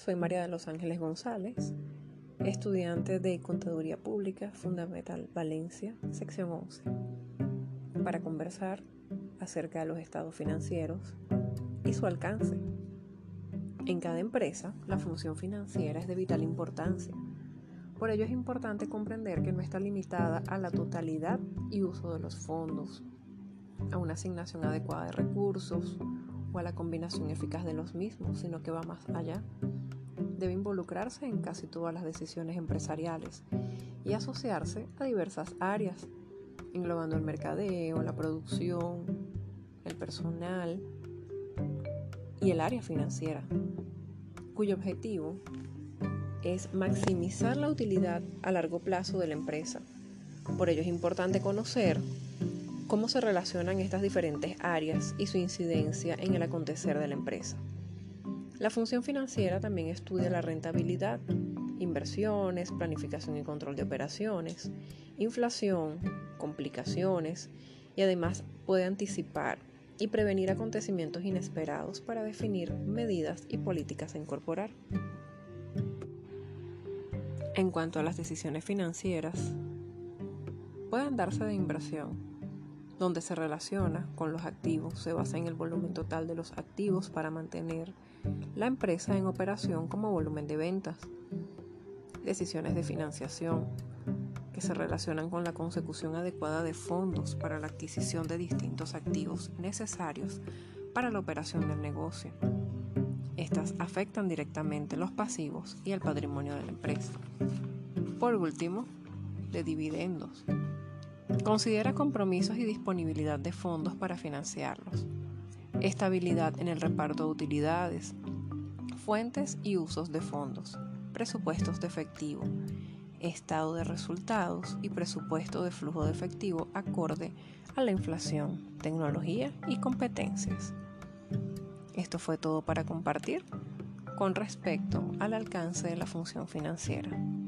soy María de los Ángeles González, estudiante de Contaduría Pública Fundamental Valencia, sección 11, para conversar acerca de los estados financieros y su alcance. En cada empresa, la función financiera es de vital importancia. Por ello es importante comprender que no está limitada a la totalidad y uso de los fondos, a una asignación adecuada de recursos o a la combinación eficaz de los mismos, sino que va más allá. Debe involucrarse en casi todas las decisiones empresariales y asociarse a diversas áreas, englobando el mercadeo, la producción, el personal y el área financiera, cuyo objetivo es maximizar la utilidad a largo plazo de la empresa. Por ello es importante conocer cómo se relacionan estas diferentes áreas y su incidencia en el acontecer de la empresa. La función financiera también estudia la rentabilidad, inversiones, planificación y control de operaciones, inflación, complicaciones y además puede anticipar y prevenir acontecimientos inesperados para definir medidas y políticas a incorporar. En cuanto a las decisiones financieras, pueden darse de inversión, donde se relaciona con los activos, se basa en el volumen total de los activos para mantener la empresa en operación como volumen de ventas. Decisiones de financiación, que se relacionan con la consecución adecuada de fondos para la adquisición de distintos activos necesarios para la operación del negocio. Estas afectan directamente los pasivos y el patrimonio de la empresa. Por último, de dividendos. Considera compromisos y disponibilidad de fondos para financiarlos, estabilidad en el reparto de utilidades, fuentes y usos de fondos, presupuestos de efectivo, estado de resultados y presupuesto de flujo de efectivo acorde a la inflación, tecnología y competencias. Esto fue todo para compartir con respecto al alcance de la función financiera.